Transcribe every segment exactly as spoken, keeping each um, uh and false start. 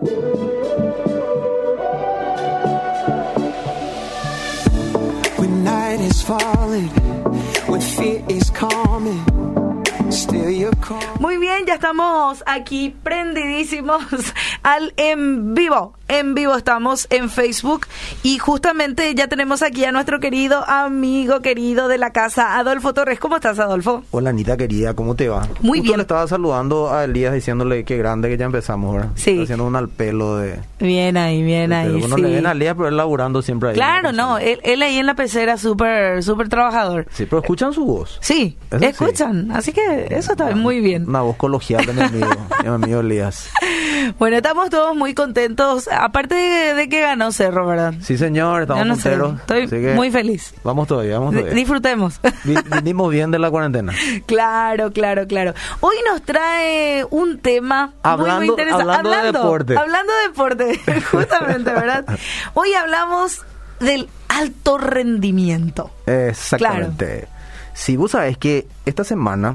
When night is falling, when fear is calming, still you're calling. Muy bien, ya estamos aquí prendidísimos al en vivo. En vivo estamos en Facebook y justamente ya tenemos aquí a nuestro querido amigo querido de la casa, Adolfo Torres. ¿Cómo estás, Adolfo? Hola, Anita querida, ¿cómo te va? Muy Justo bien. le estaba saludando a Elías diciéndole que grande que ya empezamos, ¿verdad? Sí. Está haciendo un al pelo de... Bien ahí, bien de ahí, pelo. Bueno, sí. le ven a Elías, pero él laburando siempre ahí. Claro, no, él, él ahí en la pecera súper, súper trabajador. Sí, pero escuchan su voz. Sí, Eso escuchan, sí. Así que eso está muy bien. Una voz colegial de mi amigo, mi amigo Elías. Bueno, estamos todos muy contentos, aparte de, de que ganó Cerro, ¿verdad? Sí, señor, estamos Yo no sé, punteros. estoy así que muy feliz. Vamos todavía, vamos D- todavía. disfrutemos. Vi- Vinimos bien de la cuarentena. Claro, claro, claro. Hoy nos trae un tema Hablando- muy, muy interesante. hablando de deporte. Hablando de deporte, justamente, ¿verdad? Hoy hablamos del alto rendimiento. Exactamente. Si vos sabés que esta semana,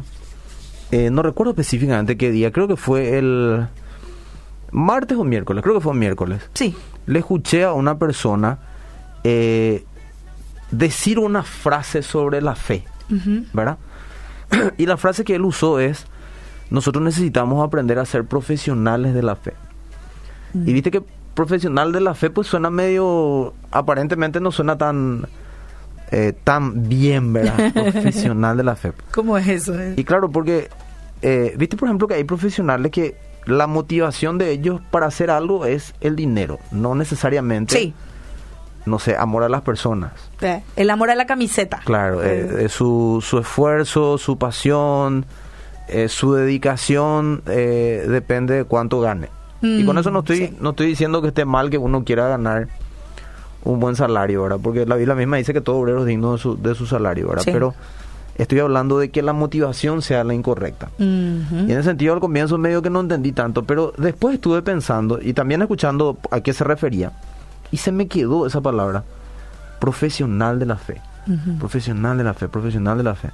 eh, no recuerdo específicamente qué día, creo que fue el martes o miércoles, creo que fue miércoles. Sí. Le escuché a una persona eh, decir una frase sobre la fe, Ujú. ¿verdad? Y la frase que él usó es: nosotros necesitamos aprender a ser profesionales de la fe. Mm. Y viste que profesional de la fe pues suena medio, aparentemente no suena tan eh, tan bien, ¿verdad? Profesional de la fe. ¿Cómo es eso? eh? Y claro, porque eh, viste por ejemplo que hay profesionales que la motivación de ellos para hacer algo es el dinero, no necesariamente, Sí. no sé, amor a las personas. Eh, El amor a la camiseta. Claro, eh, eh, su, su esfuerzo, su pasión, eh, su dedicación eh, depende de cuánto gane. Mm, y con eso no estoy sí. no estoy diciendo que esté mal que uno quiera ganar un buen salario, ¿verdad? Porque la Biblia misma dice que todo obrero es digno de su, de su salario, ¿verdad? Sí. Pero estoy hablando de que la motivación sea la incorrecta. Ujú. Y en ese sentido al comienzo medio que no entendí tanto, pero después estuve pensando y también escuchando a qué se refería y se me quedó esa palabra, profesional de la fe. Ujú. Profesional de la fe, profesional de la fe.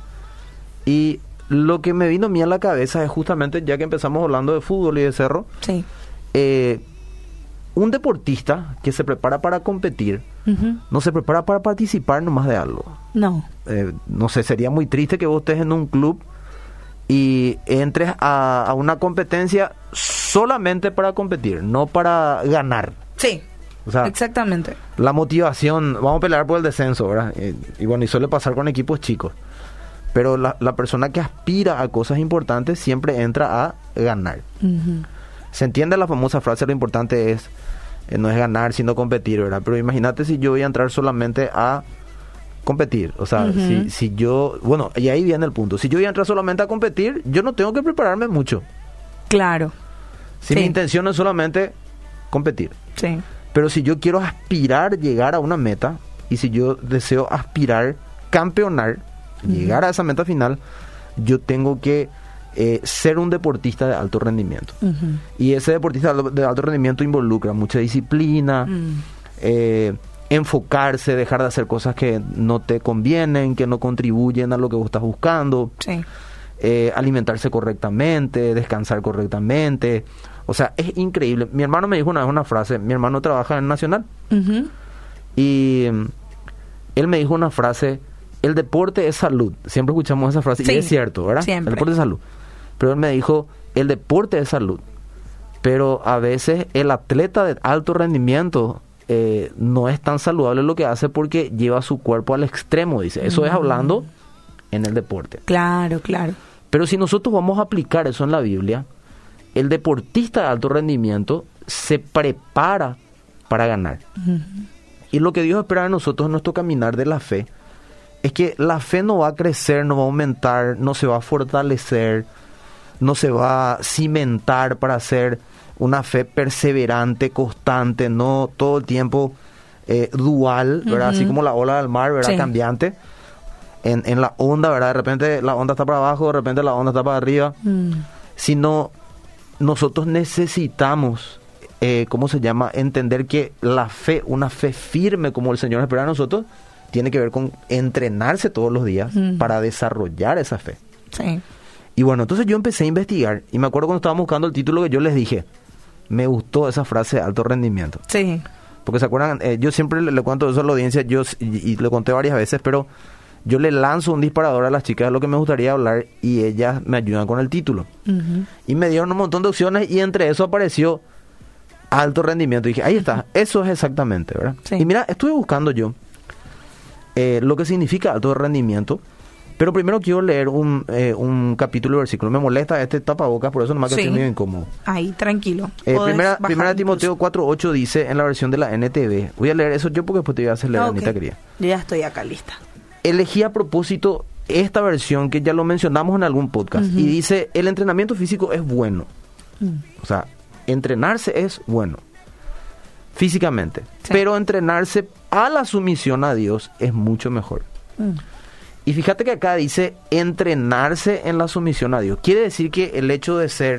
Y lo que me vino a mí a la cabeza es justamente, ya que empezamos hablando de fútbol y de Cerro, Sí. eh, un deportista que se prepara para competir, Ujú. no se prepara para participar nomás de algo. No. Eh, no sé, sería muy triste que vos estés en un club y entres a, a una competencia solamente para competir, no para ganar. Sí. O sea, Exactamente. la motivación, vamos a pelear por el descenso, ¿verdad? Eh, y bueno, y suele pasar con equipos chicos. Pero la, la persona que aspira a cosas importantes siempre entra a ganar. Ujú. Se entiende la famosa frase, lo importante es, eh, no es ganar, sino competir, ¿verdad? Pero imagínate si yo voy a entrar solamente a competir. O sea, Ujú. si, si yo, bueno, y ahí viene el punto. Si yo voy a entrar solamente a competir, yo no tengo que prepararme mucho. Claro. Si Sí. mi intención es solamente competir. Sí. Pero si yo quiero aspirar, llegar a una meta, y si yo deseo aspirar, campeonar, Ujú. llegar a esa meta final, yo tengo que eh, ser un deportista de alto rendimiento. Ujú. Y ese deportista de alto rendimiento involucra mucha disciplina, Mm. eh, enfocarse, dejar de hacer cosas que no te convienen, que no contribuyen a lo que vos estás buscando, Sí. eh, alimentarse correctamente, descansar correctamente. O sea, es increíble. Mi hermano me dijo una vez una frase, mi hermano trabaja en Nacional, Ujú. y mm, él me dijo una frase: el deporte es salud. Siempre escuchamos esa frase, Sí, y es cierto, ¿verdad? siempre. El deporte es salud. Pero él me dijo, el deporte es salud. Pero a veces el atleta de alto rendimiento eh, no es tan saludable lo que hace porque lleva su cuerpo al extremo, dice. Eso Mm. es hablando en el deporte. Claro, claro. Pero si nosotros vamos a aplicar eso en la Biblia, el deportista de alto rendimiento se prepara para ganar. Ujú. Y lo que Dios espera de nosotros en nuestro caminar de la fe es que la fe no va a crecer, no va a aumentar, no se va a fortalecer, no se va a cimentar para ser una fe perseverante, constante, no todo el tiempo eh, dual, ¿verdad? Ujú. Así como la ola del mar, ¿verdad? Sí. Cambiante. En, en la onda, ¿verdad? De repente la onda está para abajo, de repente la onda está para arriba. Mm. Sino nosotros necesitamos, eh, ¿cómo se llama? Entender que la fe, una fe firme como el Señor espera de nosotros, tiene que ver con entrenarse todos los días Mm. para desarrollar esa fe. Sí. Y bueno, entonces yo empecé a investigar y me acuerdo cuando estábamos buscando el título que yo les dije, me gustó esa frase de alto rendimiento. Sí. Porque se acuerdan, eh, yo siempre le, le cuento eso a la audiencia, yo y, y le conté varias veces, pero yo le lanzo un disparador a las chicas de lo que me gustaría hablar y ellas me ayudan con el título. Uh-huh. Y me dieron un montón de opciones y entre eso apareció alto rendimiento. Y dije, ahí está, eso es exactamente, ¿verdad? Sí. Y mira, estuve buscando yo eh, lo que significa alto rendimiento, pero primero quiero leer un, eh, un capítulo y versículo. Me molesta este tapabocas, por eso nomás que sí. Estoy medio incómodo. Ahí, tranquilo. Eh, primera, primera Timoteo cuatro ocho dice en la versión de la N T V. Voy a leer eso yo porque después te voy a hacer leer, okay. Anita querida. Yo ya estoy acá lista. Elegí a propósito esta versión que ya lo mencionamos en algún podcast. Uh-huh. Y dice, el entrenamiento físico es bueno. Uh-huh. O sea, entrenarse es bueno. Físicamente. Sí. Pero entrenarse a la sumisión a Dios es mucho mejor. Uh-huh. Y fíjate que acá dice entrenarse en la sumisión a Dios. Quiere decir que el hecho de ser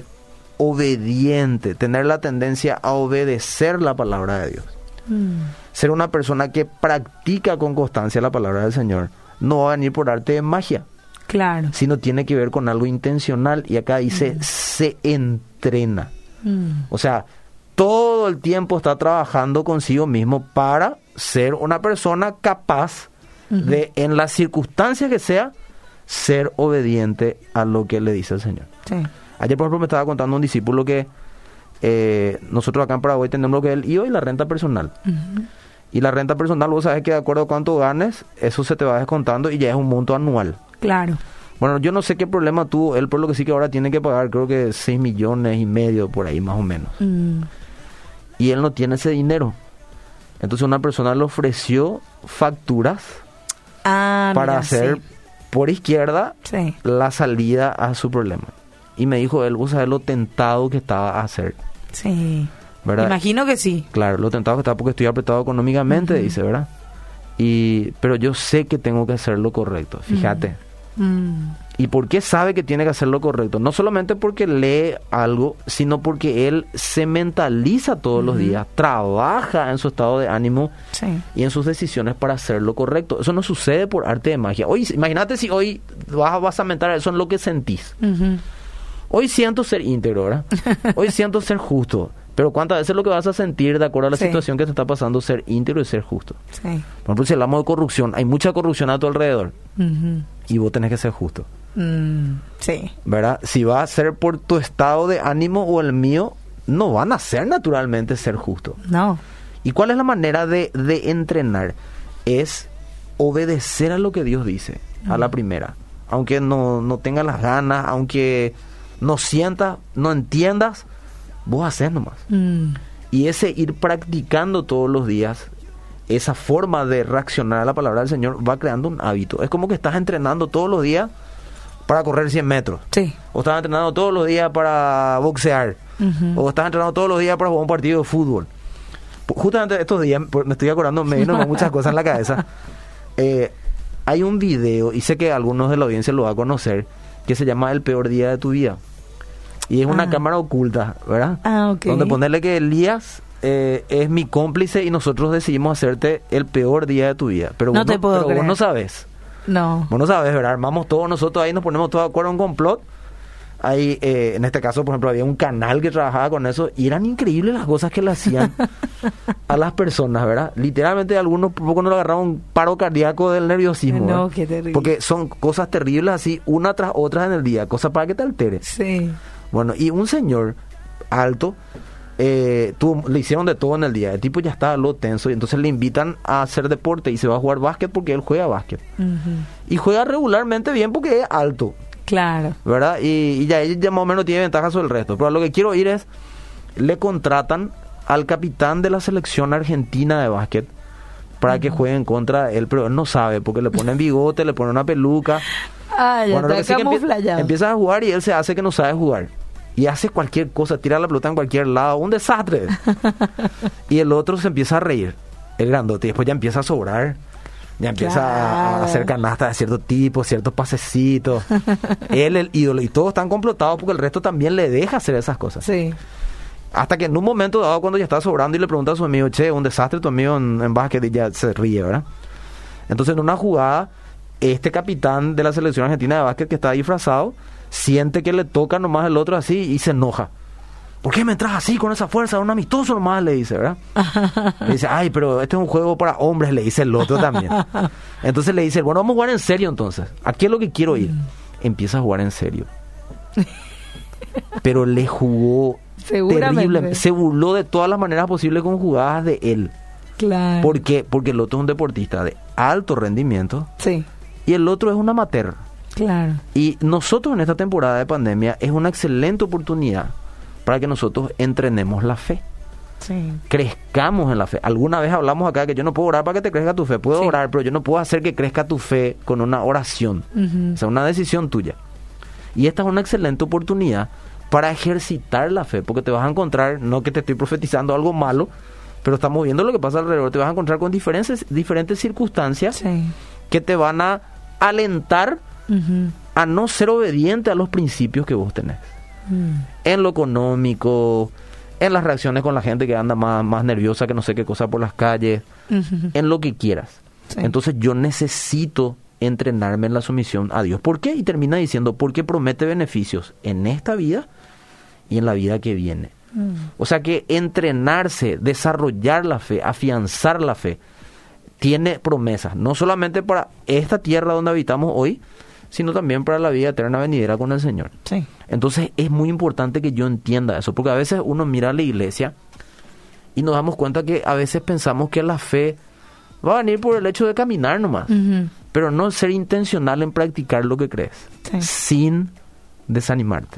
obediente, tener la tendencia a obedecer la palabra de Dios, mm. ser una persona que practica con constancia la palabra del Señor, no va a venir por arte de magia. Claro. Sino tiene que ver con algo intencional. Y acá dice, mm. se entrena. Mm. O sea, todo el tiempo está trabajando consigo mismo para ser una persona capaz de, en las circunstancias que sea, ser obediente a lo que le dice el Señor. Sí. Ayer, por ejemplo, me estaba contando un discípulo que eh, nosotros acá en Paraguay tenemos lo que es el I V A y la renta personal. Uh-huh. Y la renta personal, vos sabés que de acuerdo a cuánto ganes, eso se te va descontando y ya es un monto anual. Claro. Bueno, yo no sé qué problema tuvo él, por lo que sí que ahora tiene que pagar, creo que seis millones y medio por ahí más o menos. Uh-huh. Y él no tiene ese dinero. Entonces una persona le ofreció facturas Ah, para mira, hacer sí. por izquierda sí. la salida a su problema. Y me dijo él, vos sabés lo tentado que estaba a hacer. Sí. ¿Verdad? Imagino que sí. Claro, lo tentado que estaba porque estoy apretado económicamente, uh-huh. dice, ¿verdad? Y, pero yo sé que tengo que hacer lo correcto, fíjate. Uh-huh. ¿Y por qué sabe que tiene que hacer lo correcto? No solamente porque lee algo, sino porque él se mentaliza todos uh-huh. los días, trabaja en su estado de ánimo sí. y en sus decisiones para hacer lo correcto. Eso no sucede por arte de magia. Hoy, imagínate si hoy vas, vas a mentar eso en lo que sentís. Uh-huh. Hoy siento ser íntegro, ¿verdad? Hoy siento ser justo. Pero ¿cuántas veces lo que vas a sentir de acuerdo a la sí. situación que te está pasando, ser íntegro y ser justo? Sí. Por ejemplo, si hablamos de corrupción, hay mucha corrupción a tu alrededor. Uh-huh. Y vos tenés que ser justo. Mm, sí. ¿Verdad? Si va a ser por tu estado de ánimo o el mío, no van a ser naturalmente ser justo. No. ¿Y cuál es la manera de, de entrenar? Es obedecer a lo que Dios dice, uh-huh. a la primera. Aunque no, no tengas las ganas, aunque no sientas, no entiendas, vos haces nomás. Mm. Y ese ir practicando todos los días, esa forma de reaccionar a la palabra del Señor va creando un hábito. Es como que estás entrenando todos los días para correr cien metros. Sí. O estás entrenando todos los días para boxear. Uh-huh. O estás entrenando todos los días para jugar un partido de fútbol. Justamente estos días, me estoy acordando, me vino muchas cosas en la cabeza. Eh, hay un video, y sé que algunos de la audiencia lo va a conocer, que se llama El peor día de tu vida. Y es una ah. cámara oculta, ¿verdad? Ah, ok. Donde ponerle que Elías eh, es mi cómplice y nosotros decidimos hacerte el peor día de tu vida. Pero, no vos, te no, puedo pero creer. vos no sabes. No. Vos no sabes, ¿verdad? Armamos todos nosotros ahí, nos ponemos todos de acuerdo en un complot. Ahí, eh, en este caso, por ejemplo, había un canal que trabajaba con eso y eran increíbles las cosas que le hacían a las personas, ¿verdad? Literalmente algunos por poco no le agarraron un paro cardíaco del nerviosismo. No, qué terrible. Porque son cosas terribles así, una tras otra en el día, cosas para que te altere. Sí. Bueno, y un señor alto, eh, tuvo, le hicieron de todo en el día. El tipo ya estaba lo tenso y entonces le invitan a hacer deporte y se va a jugar básquet porque él juega básquet. Uh-huh. Y juega regularmente bien porque es alto. Claro. ¿Verdad? Y, y ya ella ya más o menos tiene ventaja sobre el resto. Pero lo que quiero ir es, le contratan al capitán de la selección argentina de básquet para uh-huh. que juegue en contra de él, pero él no sabe porque le ponen bigote, le ponen una peluca. Ah, ya bueno, está camuflado. Empieza a jugar y él se hace que no sabe jugar. Y hace cualquier cosa, tira la pelota en cualquier lado, un desastre. Y el otro se empieza a reír, el grandote, y después ya empieza a sobrar. Ya empieza claro. a hacer canastas de cierto tipo, ciertos pasecitos. Él, el ídolo, y todos están complotados porque el resto también le deja hacer esas cosas. Sí. Hasta que en un momento dado, cuando ya está sobrando y le pregunta a su amigo, che, un desastre tu amigo en, en básquet, y ya se ríe, ¿verdad? Entonces, en una jugada, este capitán de la selección argentina de básquet que está disfrazado, siente que le toca nomás el otro así y se enoja. ¿por qué me entras así con esa fuerza? Un amistoso nomás, le dice, ¿verdad? Le dice, ay, pero este es un juego para hombres, le dice el otro también. Entonces le dice, bueno, vamos a jugar en serio entonces. Aquí es lo que quiero ir. Empieza a jugar en serio. Pero le jugó terrible. Se burló de todas las maneras posibles con jugadas de él. Claro. ¿Por qué? Porque el otro es un deportista de alto rendimiento. Sí. Y el otro es un amateur. Claro. Y nosotros en esta temporada de pandemia es una excelente oportunidad para que nosotros entrenemos la fe. Sí. Crezcamos en la fe. Alguna vez hablamos acá que yo no puedo orar para que te crezca tu fe. Puedo sí. orar, pero yo no puedo hacer que crezca tu fe con una oración. Uh-huh. O sea, una decisión tuya. Y esta es una excelente oportunidad para ejercitar la fe, porque te vas a encontrar, no que te estoy profetizando algo malo, pero estamos viendo lo que pasa alrededor, te vas a encontrar con diferentes, diferentes circunstancias sí. que te van a alentar uh-huh. a no ser obediente a los principios que vos tenés. Uh-huh. En lo económico, en las reacciones con la gente que anda más, más nerviosa que no sé qué cosa por las calles, uh-huh. en lo que quieras. Sí. Entonces yo necesito entrenarme en la sumisión a Dios. ¿Por qué? Y termina diciendo, porque promete beneficios en esta vida y en la vida que viene. Mm. O sea que entrenarse, desarrollar la fe, afianzar la fe, tiene promesas, no solamente para esta tierra donde habitamos hoy, sino también para la vida eterna venidera con el Señor. Sí. Entonces es muy importante que yo entienda eso, porque a veces uno mira a la iglesia y nos damos cuenta que a veces pensamos que la fe va a venir por el hecho de caminar nomás, uh-huh. pero no ser intencional en practicar lo que crees, sí. sin desanimarte.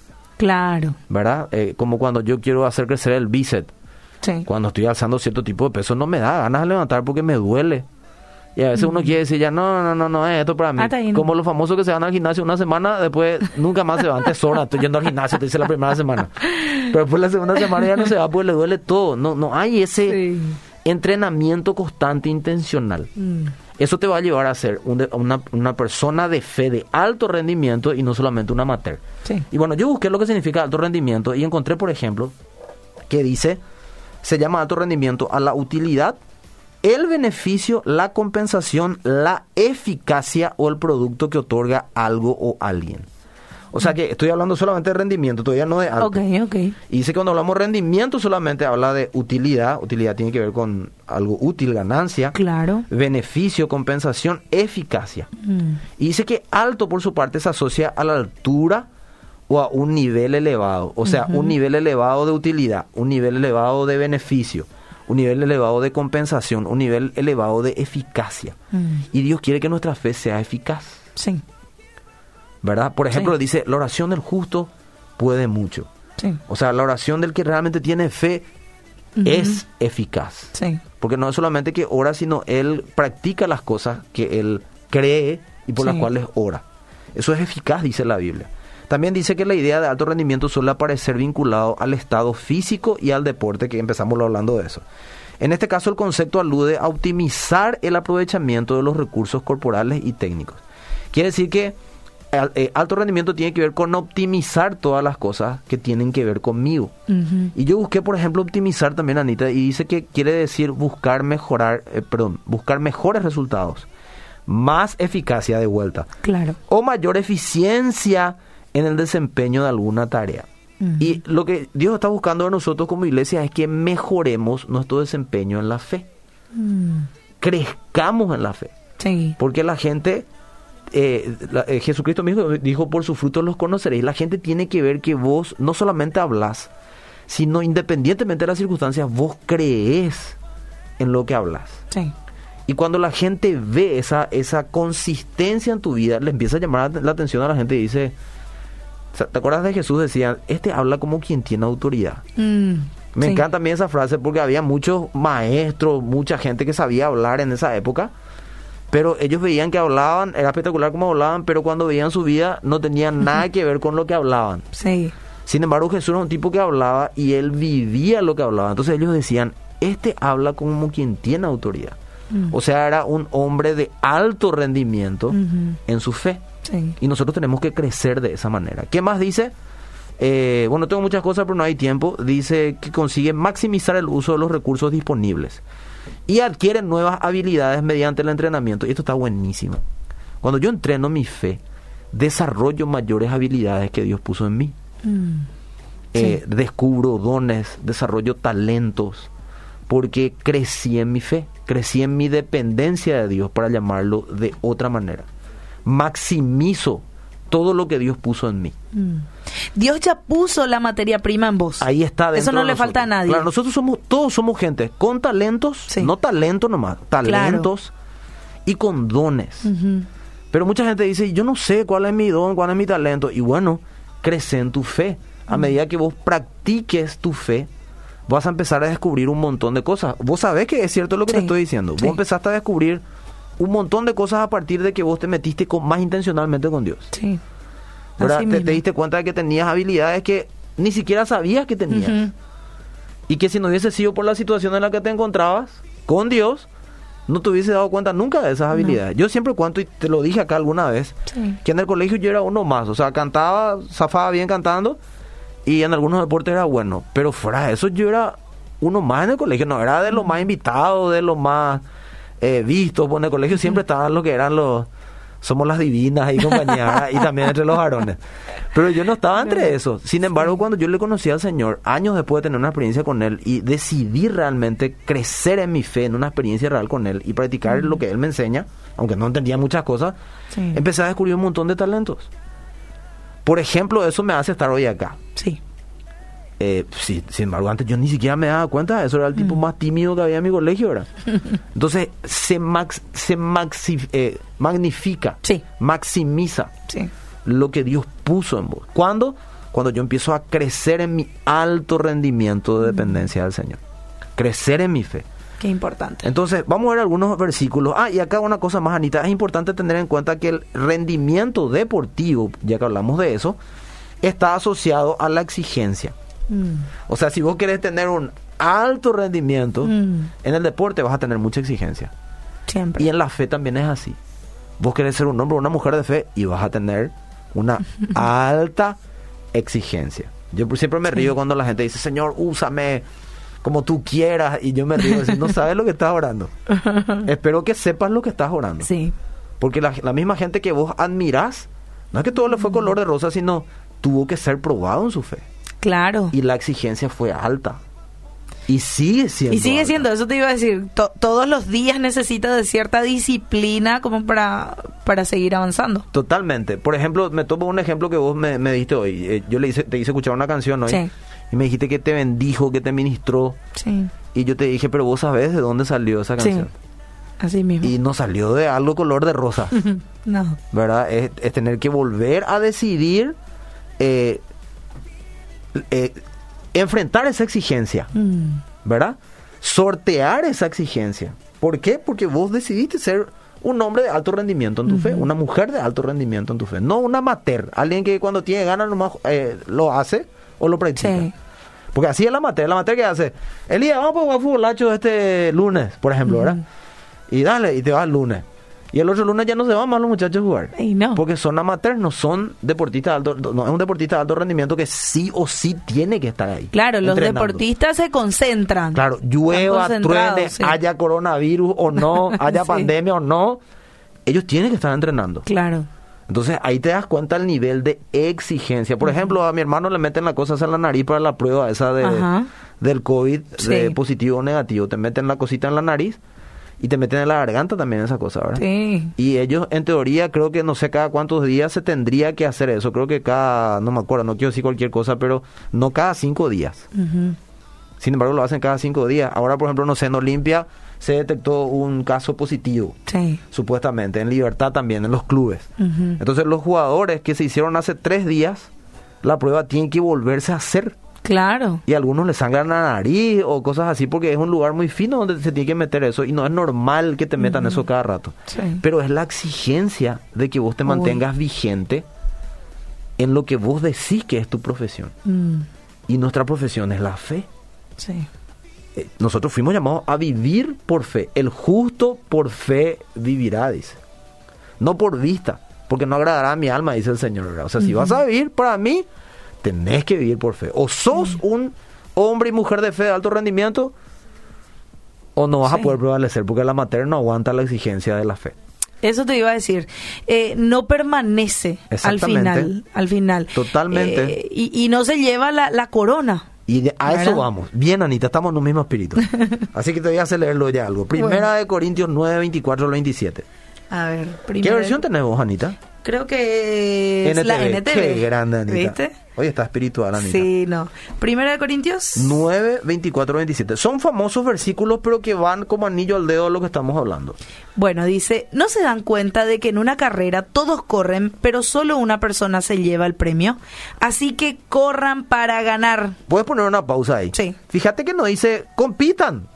Claro. ¿Verdad? Eh, como cuando yo quiero hacer crecer el bíceps, sí. cuando estoy alzando cierto tipo de peso, no me da ganas de levantar porque me duele. Y a veces uh-huh. uno quiere decir ya, no, no, no, no, es esto para mí. Ah, como los famosos que se van al gimnasio una semana, después nunca más se van, tesora, estoy yendo al gimnasio, te dice la primera semana. Pero después la segunda semana ya no se va porque le duele todo. No, no hay ese... Sí. entrenamiento constante intencional. Mm. Eso te va a llevar a ser un de, una, una persona de fe de alto rendimiento y no solamente un amateur. Sí. Y bueno, yo busqué lo que significa alto rendimiento y encontré, por ejemplo, que dice, se llama alto rendimiento a la utilidad, el beneficio, la compensación, la eficacia o el producto que otorga algo o alguien. O sea que estoy hablando solamente de rendimiento, todavía no de alto. Okay, okay. Y dice que cuando hablamos de rendimiento solamente habla de utilidad. Utilidad tiene que ver con algo útil, ganancia. Claro. Beneficio, compensación, eficacia. Mm. Y dice que alto por su parte se asocia a la altura o a un nivel elevado. O sea, uh-huh. un nivel elevado de utilidad, un nivel elevado de beneficio, un nivel elevado de compensación, un nivel elevado de eficacia. Mm. Y Dios quiere que nuestra fe sea eficaz. Sí. ¿Verdad? Por ejemplo, sí. dice, la oración del justo puede mucho. Sí. O sea, la oración del que realmente tiene fe uh-huh. es eficaz. Sí. Porque no es solamente que ora, sino él practica las cosas que él cree y por sí. las cuales ora. Eso es eficaz, dice la Biblia. También dice que la idea de alto rendimiento suele aparecer vinculado al estado físico y al deporte, que empezamos hablando de eso. En este caso, el concepto alude a optimizar el aprovechamiento de los recursos corporales y técnicos. Quiere decir que alto rendimiento tiene que ver con optimizar todas las cosas que tienen que ver conmigo. Uh-huh. Y yo busqué, por ejemplo, optimizar también, Anita, y dice que quiere decir buscar mejorar, eh, perdón, buscar mejores resultados, más eficacia de vuelta, claro, o mayor eficiencia en el desempeño de alguna tarea. Uh-huh. Y lo que Dios está buscando de nosotros como iglesia es que mejoremos nuestro desempeño en la fe. Uh-huh. Crezcamos en la fe. Sí. Porque la gente... Eh, la, eh, Jesucristo mismo dijo, por sus frutos los conoceréis. La gente tiene que ver que vos no solamente hablas, sino independientemente de las circunstancias, vos crees en lo que hablas. Sí. Y cuando la gente ve esa, esa consistencia en tu vida, le empieza a llamar la atención a la gente y dice, ¿te acuerdas de Jesús? Decía, este habla como quien tiene autoridad. Mm, Me sí. encanta también esa frase porque había muchos maestros, mucha gente que sabía hablar en esa época. Pero ellos veían que hablaban, era espectacular como hablaban, pero cuando veían su vida no tenían nada que ver con lo que hablaban. Sí. Sin embargo, Jesús era un tipo que hablaba y él vivía lo que hablaba. Entonces ellos decían, este habla como quien tiene autoridad. Mm. O sea, era un hombre de alto rendimiento uh-huh. en su fe. Sí. Y nosotros tenemos que crecer de esa manera. ¿Qué más dice? Eh, bueno, tengo muchas cosas, pero no hay tiempo. Dice que consigue maximizar el uso de los recursos disponibles. Y adquieren nuevas habilidades mediante el entrenamiento. Y esto está buenísimo. Cuando yo entreno mi fe, desarrollo mayores habilidades que Dios puso en mí. Mm. eh, Sí. descubro dones, desarrollo talentos, porque crecí en mi fe, crecí en mi dependencia de Dios, para llamarlo de otra manera. Maximizo todo lo que Dios puso en mí. Mm. Dios ya puso la materia prima en vos. Ahí está dentro Eso no de le nosotros. falta a nadie. Claro, nosotros somos, todos somos gente con talentos, Sí. no talentos nomás, talentos y con dones. Ujú. Pero mucha gente dice, yo no sé cuál es mi don, cuál es mi talento. Y bueno, crece en tu fe. A medida que vos practiques tu fe, vas a empezar a descubrir un montón de cosas. Vos sabés que es cierto lo que Sí. te estoy diciendo. Sí. Vos empezaste a descubrir un montón de cosas a partir de que vos te metiste con, más intencionalmente con Dios. Sí. ¿Verdad? Así Te, mismo. te diste cuenta de que tenías habilidades que ni siquiera sabías que tenías. Ujú. Y que si no hubiese sido por la situación en la que te encontrabas con Dios, no te hubiese dado cuenta nunca de esas habilidades. Yo siempre cuento, y te lo dije acá alguna vez, Sí. que en el colegio yo era uno más. O sea, cantaba, zafaba bien cantando, y en algunos deportes era bueno. Pero fuera de eso, yo era uno más en el colegio. No era de los más invitados, de los más eh, vistos. Pues en el colegio siempre estaban los que eran los... Somos las divinas y compañía, ¿verdad? Y también entre los varones. Pero yo no estaba entre eso. Sin embargo, cuando yo le conocí al Señor, años después de tener una experiencia con Él y decidí realmente crecer en mi fe, en una experiencia real con Él y practicar lo que Él me enseña, aunque no entendía muchas cosas, Sí. empecé a descubrir un montón de talentos. Por ejemplo, eso me hace estar hoy acá. Sí. Eh, sí, sin embargo, antes yo ni siquiera me daba cuenta de eso. Era el tipo más tímido que había en mi colegio, ¿verdad? Entonces, se, max, se maxi, eh, magnifica, Sí. maximiza Sí. lo que Dios puso en vos. ¿Cuándo? Cuando yo empiezo a crecer en mi alto rendimiento de dependencia del Señor. Crecer en mi fe. Qué importante. Entonces, vamos a ver algunos versículos. Ah, y acá una cosa más, Anita. Es importante tener en cuenta que el rendimiento deportivo, ya que hablamos de eso, está asociado a la exigencia. Mm. O sea, si vos querés tener un alto rendimiento Mm. en el deporte, vas a tener mucha exigencia. Siempre. Y en la fe también es así. Vos querés ser un hombre o una mujer de fe y vas a tener una alta exigencia. Yo siempre me río cuando la gente dice, Señor, úsame como tú quieras. Y yo me río, decir, no sabes lo que estás orando. Espero que sepas lo que estás orando. Sí. Porque la, la misma gente que vos admirás, no es que todo le fue color de rosa, sino tuvo que ser probado en su fe. Claro. Y la exigencia fue alta. Y sigue siendo Y sigue alta. siendo, eso te iba a decir, to- todos los días necesitas de cierta disciplina como para, para seguir avanzando. Totalmente. Por ejemplo, me tomo un ejemplo que vos me, me diste hoy. Eh, yo le hice, te hice escuchar una canción hoy. Sí. Y me dijiste que te bendijo, que te ministró. Sí. Y yo te dije, pero vos sabés de dónde salió esa Sí. canción. Así mismo. Y no salió de algo color de rosa. No. ¿Verdad? Es, es tener que volver a decidir eh, eh, enfrentar esa exigencia. Mm. ¿Verdad? Sortear esa exigencia. ¿Por qué? Porque vos decidiste ser un hombre de alto rendimiento en tu fe, una mujer de alto rendimiento en tu fe, no un amateur, alguien que cuando tiene ganas nomás eh, lo hace o lo practica. Sí. Porque así es la amateur, la amateur que hace, Elías, vamos a jugar futbolacho este lunes, por ejemplo, ¿verdad? Y dale, y te vas el lunes. Y el otro lunes ya no se van más los muchachos a jugar. Y no. Porque son amateurs, no son deportistas de alto, no es un deportista de alto rendimiento que sí o sí tiene que estar ahí. Claro, los entrenando. deportistas se concentran. Claro, llueva, Están truene, concentrados, sí. haya coronavirus o no, haya Sí. pandemia o no, ellos tienen que estar entrenando. Claro. Entonces ahí te das cuenta el nivel de exigencia. Por ejemplo, a mi hermano le meten la cosa en la nariz para la prueba esa de, Ajá. del COVID, de Sí. positivo o negativo. Te meten la cosita en la nariz y te meten en la garganta también esa cosa, ¿verdad? Sí. Y ellos, en teoría, creo que no sé cada cuántos días se tendría que hacer eso. Creo que cada, no me acuerdo, no quiero decir cualquier cosa, pero no cada cinco días. Ujú. Sin embargo, lo hacen cada cinco días. Ahora, por ejemplo, no sé, en Olimpia se detectó un caso positivo, Sí. supuestamente. En Libertad también, en los clubes. Ujú. Entonces, los jugadores que se hicieron hace tres días, la prueba tienen que volverse a hacer. Claro. Y a algunos les sangran la nariz o cosas así, porque es un lugar muy fino donde se tiene que meter eso. Y no es normal que te metan eso cada rato. Sí. Pero es la exigencia de que vos te mantengas vigente en lo que vos decís que es tu profesión. Mm. Y nuestra profesión es la fe. Sí. Eh, Nosotros fuimos llamados a vivir por fe. El justo por fe vivirá, dice. No por vista, porque no agradará a mi alma, dice el Señor, ¿verdad? O sea, si vas a vivir para mí, tenés que vivir por fe. O sos un hombre y mujer de fe de alto rendimiento, o no vas Sí. a poder prevalecer, porque la materia no aguanta la exigencia de la fe. Eso te iba a decir. Eh, no permanece al final. Al final. Totalmente. Eh, y, y no se lleva la, la corona. Y de, a ¿verdad? eso vamos. Bien, Anita, estamos en un mismo espíritu. Así que te voy a hacer leerlo ya algo. Primera Bueno. de Corintios nueve, veinticuatro al veintisiete. A ver, ¿Qué primero. versión tenés vos, Anita? Creo que es la N T V. Qué grande, Anita. ¿Viste? Hoy está espiritual, Anita. Sí, no. Primera de Corintios. nueve, veinticuatro, veintisiete. Son famosos versículos, pero que van como anillo al dedo de lo que estamos hablando. Bueno, dice, ¿no se dan cuenta de que en una carrera todos corren, pero solo una persona se lleva el premio? Así que corran para ganar. ¿Puedes poner una pausa ahí? Sí. Fíjate que no dice, compitan,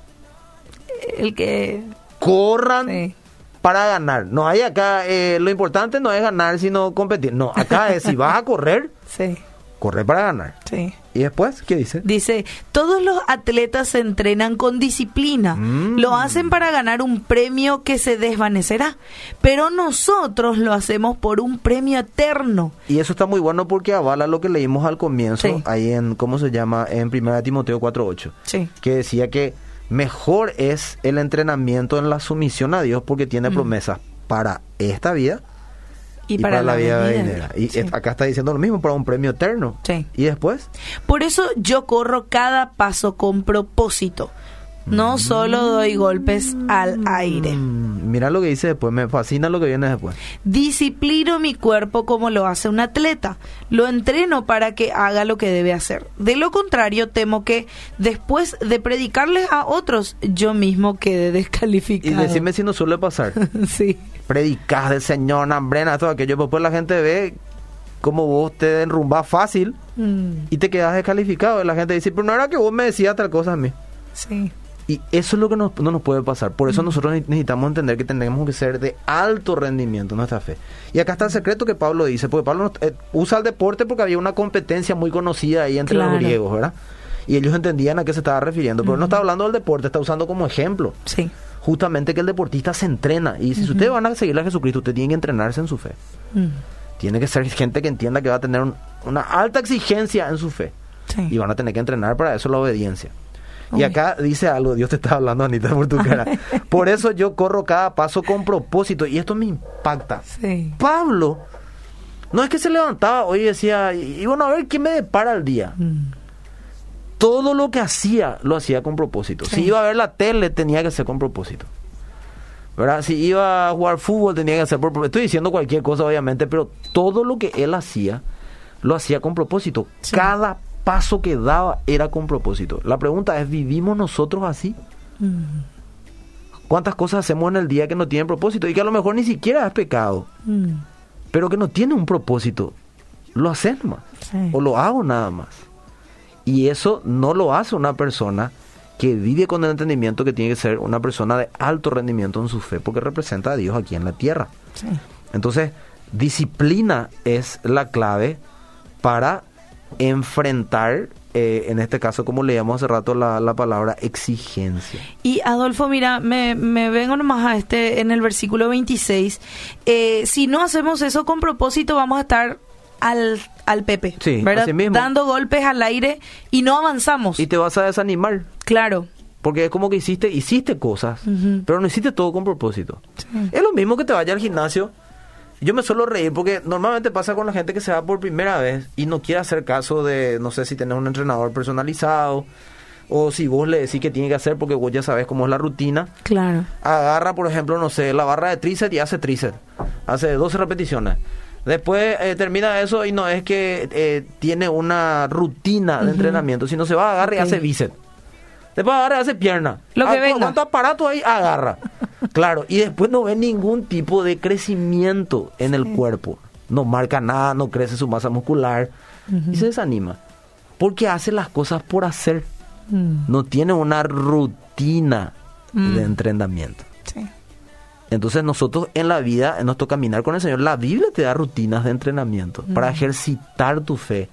El que... corran Sí. para ganar. No hay acá, eh, lo importante no es ganar, sino competir. No, acá es, si vas a correr, Sí, corre para ganar. sí. ¿Y después qué dice? Dice, todos los atletas se entrenan con disciplina, Mm. lo hacen para ganar un premio que se desvanecerá, pero nosotros lo hacemos por un premio eterno. Y eso está muy bueno porque avala lo que leímos al comienzo, Sí. ahí en, ¿cómo se llama? En primera Timoteo cuatro ocho. Sí. Que decía que mejor es el entrenamiento en la sumisión a Dios porque tiene Mm. promesas para esta vida Y, para, la vida venidera. Y Sí. es- acá está diciendo lo mismo, para un premio eterno. Sí. Y después, Por eso yo corro cada paso con propósito. No solo doy golpes al aire. mm, mira lo que dice después, me fascina lo que viene después. Disciplino mi cuerpo como lo hace un atleta. Lo entreno para que haga lo que debe hacer. De lo contrario, temo que después de predicarles a otros, yo mismo quede Y descalificado. decime si no suele pasar. Sí. Predicás del Señor, hambrena, todo aquello. Después la gente ve como vos te enrumbás fácil Mm, y te quedas descalificado. Y la gente dice, pero no era que vos me decías tal cosa a mí. sí. Y eso es lo que nos- no nos puede pasar. Por eso nosotros ne- necesitamos entender que tenemos que ser de alto rendimiento en nuestra fe. Y acá está el secreto que Pablo dice, porque Pablo no- eh, usa el deporte porque había una competencia muy conocida ahí entre Claro. los griegos, ¿verdad? Y ellos entendían a qué se estaba refiriendo, pero no está hablando del deporte, está usando como ejemplo. Sí. Justamente que el deportista se entrena. Y si ustedes van a seguir a Jesucristo, usted tiene que entrenarse en su fe. Mm, Tiene que ser gente que entienda que va a tener un- una alta exigencia en su fe. sí. Y van a tener que entrenar para eso la obediencia. Uy. Y acá dice algo, Dios te está hablando, Anita, por tu cara. Por eso yo corro cada paso con propósito. Y esto me impacta. Sí. Pablo, no es que se levantaba hoy y decía, y bueno, a ver qué me depara el día. Mm, Todo lo que hacía, lo hacía con propósito. Sí. Si iba a ver la tele, tenía que ser con propósito. ¿Verdad? Si iba a jugar fútbol, tenía que hacer por propósito. Estoy diciendo cualquier cosa, obviamente, pero todo lo que él hacía, lo hacía con propósito. Sí. Cada paso que daba era con propósito. La pregunta es, ¿vivimos nosotros así? mm, ¿Cuántas cosas hacemos en el día que no tienen propósito? Y que a lo mejor ni siquiera es pecado, mm, pero que no tiene un propósito. Lo haces nomás. sí. O lo hago nada más. Y eso no lo hace una persona que vive con el entendimiento que tiene que ser una persona de alto rendimiento en su fe, porque representa a Dios aquí en la tierra. Sí. Entonces, disciplina es la clave para enfrentar, eh, en este caso, como leíamos hace rato, la, la palabra exigencia. Y Adolfo, mira, me, me vengo nomás a este, en el versículo veintiséis, eh, si no hacemos eso con propósito, vamos a estar al, al Pepe, Sí, ¿verdad? así mismo. Dando golpes al aire y no avanzamos. Y te vas a desanimar, Claro. porque es como que hiciste, hiciste cosas, Ujú. pero no hiciste todo con propósito. Sí. Es lo mismo que te vaya al gimnasio. Yo me suelo reír porque normalmente pasa con la gente que se va por primera vez y no quiere hacer caso de, no sé si tenés un entrenador personalizado o si vos le decís que tiene que hacer porque vos ya sabes cómo es la rutina. Claro. Agarra, por ejemplo, no sé, la barra de tríceps y hace tríceps. Hace doce repeticiones. Después eh, termina eso y no es que eh, tiene una rutina de Ujú. entrenamiento, sino se va, agarra y Ok. hace bíceps. Después agarra y hace pierna. Lo que Ah, venga. ¿cuántos aparatos ahí? Agarra. Claro, y después no ve ningún tipo de crecimiento en el cuerpo. No marca nada, no crece su masa muscular. Y se desanima. Porque hace las cosas por hacer. Mm, No tiene una rutina Mm. de entrenamiento. sí. Entonces nosotros en la vida, en nuestro caminar con el Señor, la Biblia te da rutinas de entrenamiento Mm. para ejercitar tu fe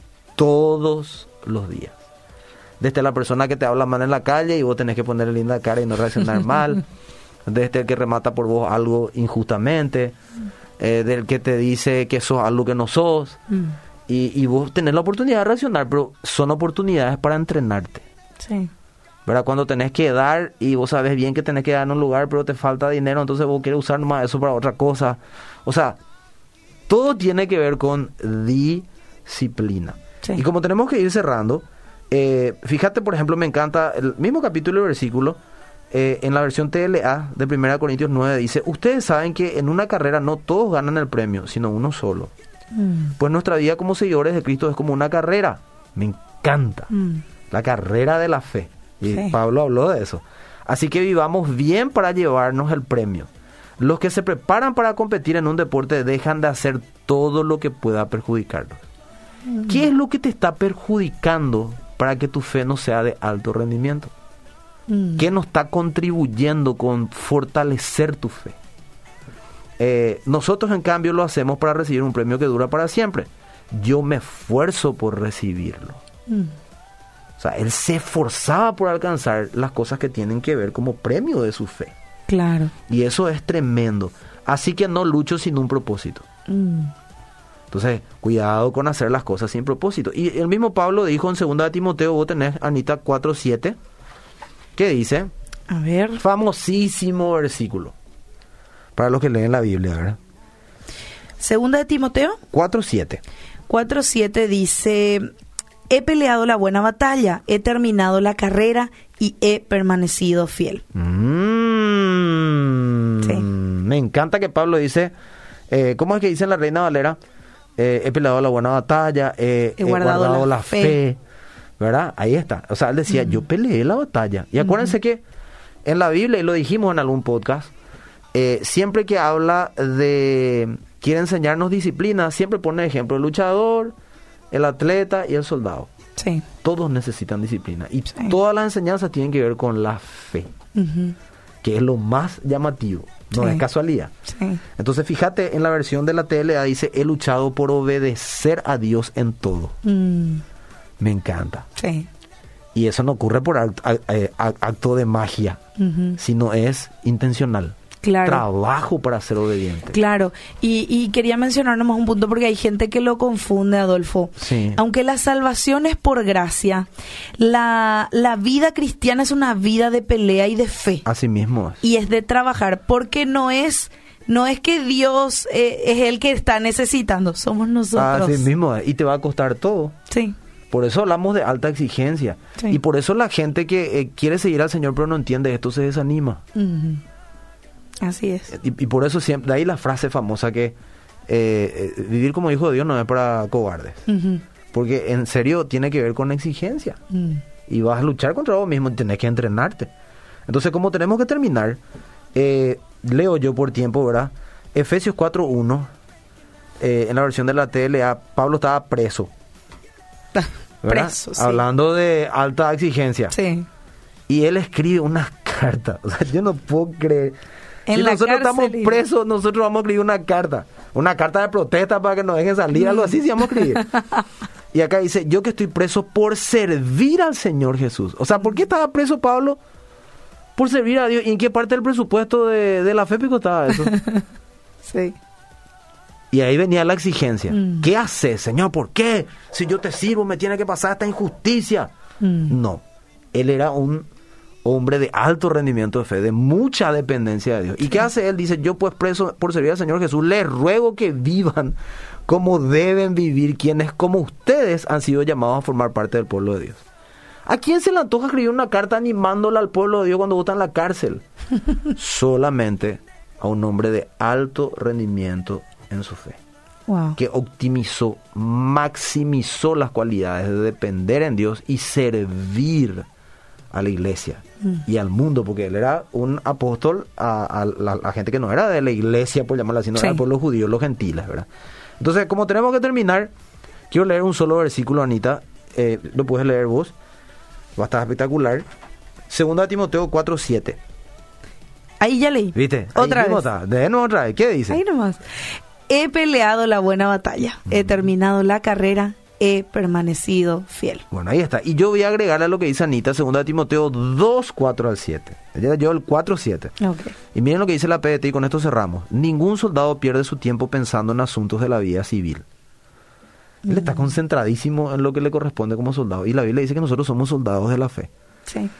todos los días. Desde la persona que te habla mal en la calle y vos tenés que ponerle linda cara y no reaccionar mal. Desde el que remata por vos algo injustamente. Eh, del que te dice que sos algo que no sos. Mm, Y, y vos tenés la oportunidad de reaccionar, pero son oportunidades para entrenarte. sí. ¿verdad? Cuando tenés que dar y vos sabés bien que tenés que dar en un lugar, pero te falta dinero, entonces vos querés usar más eso para otra cosa. O sea, todo tiene que ver con disciplina. Sí. Y como tenemos que ir cerrando, eh, fíjate, por ejemplo, me encanta el mismo capítulo y versículo, eh, en la versión T L A de primera Corintios nueve dice, ustedes saben que en una carrera no todos ganan el premio, sino uno solo. Mm. Pues nuestra vida como seguidores de Cristo es como una carrera. Me encanta. Mm. La carrera de la fe. Y sí. Pablo habló de eso. Así que vivamos bien para llevarnos el premio. Los que se preparan para competir en un deporte dejan de hacer todo lo que pueda perjudicarlos. Mm. ¿Qué es lo que te está perjudicando para que tu fe no sea de alto rendimiento? Mm. ¿Qué no está contribuyendo con fortalecer tu fe? Eh, nosotros en cambio lo hacemos para recibir un premio que dura para siempre. Yo me esfuerzo por recibirlo. Mm. O sea, él se esforzaba por alcanzar las cosas que tienen que ver como premio de su fe. Claro. Y eso es tremendo. Así que no lucho sin un propósito. Mm. Entonces, cuidado con hacer las cosas sin propósito. Y el mismo Pablo dijo en segunda de Timoteo, vos tenés, Anita, cuatro siete, ¿qué dice? A ver. Famosísimo versículo. Para los que leen la Biblia, ¿verdad? Segunda de Timoteo. cuatro siete. cuatro siete dice... He peleado la buena batalla, he terminado la carrera y he permanecido fiel. Mm, sí. Me encanta que Pablo dice, eh, ¿cómo es que dice en la Reina Valera? Eh, he peleado la buena batalla, eh, he, he guardado, guardado la, la fe. fe, ¿verdad? Ahí está. O sea, él decía, mm. yo peleé la batalla. Y acuérdense mm. que en la Biblia, y lo dijimos en algún podcast, eh, siempre que habla de, quiere enseñarnos disciplina, siempre pone ejemplo, el luchador, el atleta y el soldado. Sí. Todos necesitan disciplina. Y sí. todas las enseñanzas tienen que ver con la fe. Uh-huh. Que es lo más llamativo. No sí. es casualidad. Sí. Entonces, fíjate, en la versión de la T L A dice, he luchado por obedecer a Dios en todo. Mm. Me encanta. Sí. Y eso no ocurre por acto, acto de magia, uh-huh. sino es intencional. Claro. Trabajo para ser obediente. Claro, y, y quería mencionar nomás un punto porque hay gente que lo confunde, Adolfo. Sí. Aunque la salvación es por gracia, la, la vida cristiana es una vida de pelea y de fe. Así mismo es. Y es de trabajar, porque no es, no es que Dios eh, es el que está necesitando, somos nosotros. Así mismo es, y te va a costar todo. Sí. Por eso hablamos de alta exigencia. Sí. Y por eso la gente que eh, quiere seguir al Señor pero no entiende esto se desanima. Uh-huh. Así es. Y, y por eso siempre, de ahí la frase famosa que eh, eh, vivir como hijo de Dios no es para cobardes. Uh-huh. Porque en serio tiene que ver con exigencia. Uh-huh. Y vas a luchar contra vos mismo y tenés que entrenarte. Entonces, como tenemos que terminar, eh, leo yo por tiempo, ¿verdad? Efesios cuatro uno, eh, en la versión de la T L A, Pablo estaba preso. Preso, sí. Hablando de alta exigencia. Sí. Y él escribe unas cartas. O sea, yo no puedo creer. En si la nosotros cárcel, estamos presos, nosotros vamos a escribir una carta. Una carta de protesta para que nos dejen salir, algo así, sí vamos a escribir. Y acá dice, yo que estoy preso por servir al Señor Jesús. O sea, ¿por qué estaba preso Pablo? Por servir a Dios. ¿Y en qué parte del presupuesto de, de la fe pico estaba eso? Sí. Y ahí venía la exigencia. Mm. ¿Qué haces, Señor? ¿Por qué? Si yo te sirvo, me tiene que pasar esta injusticia. Mm. No. Él era un hombre de alto rendimiento de fe, de mucha dependencia de Dios. ¿Y sí. qué hace él? Dice, yo pues preso por servir al Señor Jesús, les ruego que vivan como deben vivir quienes como ustedes han sido llamados a formar parte del pueblo de Dios. ¿A quién se le antoja escribir una carta animándola al pueblo de Dios cuando está en la cárcel? Solamente a un hombre de alto rendimiento en su fe. Wow. Que optimizó, maximizó las cualidades de depender en Dios y servir a la iglesia mm. y al mundo, porque él era un apóstol a, a, la, a la gente que no era de la iglesia, por llamarla así, no sí. era por los judíos, los gentiles, ¿verdad? Entonces, como tenemos que terminar, quiero leer un solo versículo, Anita, eh, lo puedes leer vos, va a estar espectacular. Segunda de Timoteo cuatro siete. Ahí ya leí. ¿Viste? Otra Ahí vez. Está. De nuevo otra vez. ¿Qué dice? Ahí nomás. He peleado la buena batalla, mm. he terminado la carrera, he permanecido fiel. Bueno, ahí está. Y yo voy a agregar a lo que dice Anita, segunda de Timoteo dos, cuatro al siete. Ella lleva el cuatro siete. Okay. Y miren lo que dice la P D T y con esto cerramos. Ningún soldado pierde su tiempo pensando en asuntos de la vida civil. Mm. Él está concentradísimo en lo que le corresponde como soldado. Y la Biblia dice que nosotros somos soldados de la fe. Sí.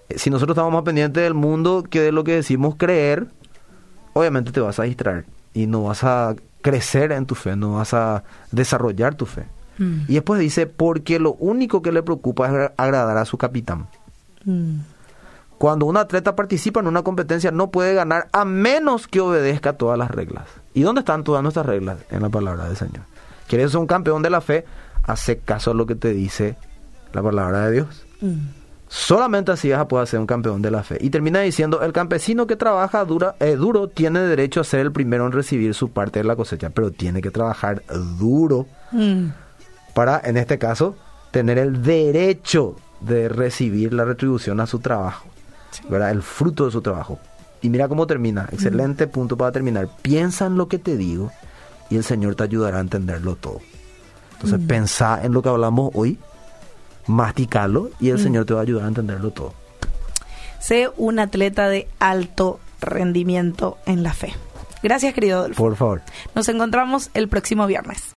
si nosotros estamos más pendientes del mundo que de lo que decimos creer, obviamente te vas a distraer y no vas a crecer en tu fe, no vas a desarrollar tu fe. Mm. Y después dice, porque lo único que le preocupa es agradar a su capitán. Mm. Cuando un atleta participa en una competencia no puede ganar a menos que obedezca todas las reglas. ¿Y dónde están todas nuestras reglas? En la palabra del Señor. ¿Quieres ser un campeón de la fe? Hace caso a lo que te dice la palabra de Dios. Mm. Solamente así vas a poder ser un campeón de la fe. Y termina diciendo, el campesino que trabaja dura, eh, duro tiene derecho a ser el primero en recibir su parte de la cosecha, pero tiene que trabajar duro mm. para, en este caso, tener el derecho de recibir la retribución a su trabajo, sí. ¿verdad? El fruto de su trabajo. Y mira cómo termina, excelente mm. punto para terminar. Piensa en lo que te digo y el Señor te ayudará a entenderlo todo. Entonces mm. pensá en lo que hablamos hoy, masticalo y el mm. Señor te va a ayudar a entenderlo todo. Sé un atleta de alto rendimiento en la fe. Gracias, querido Adolfo. Por favor. Nos encontramos el próximo viernes.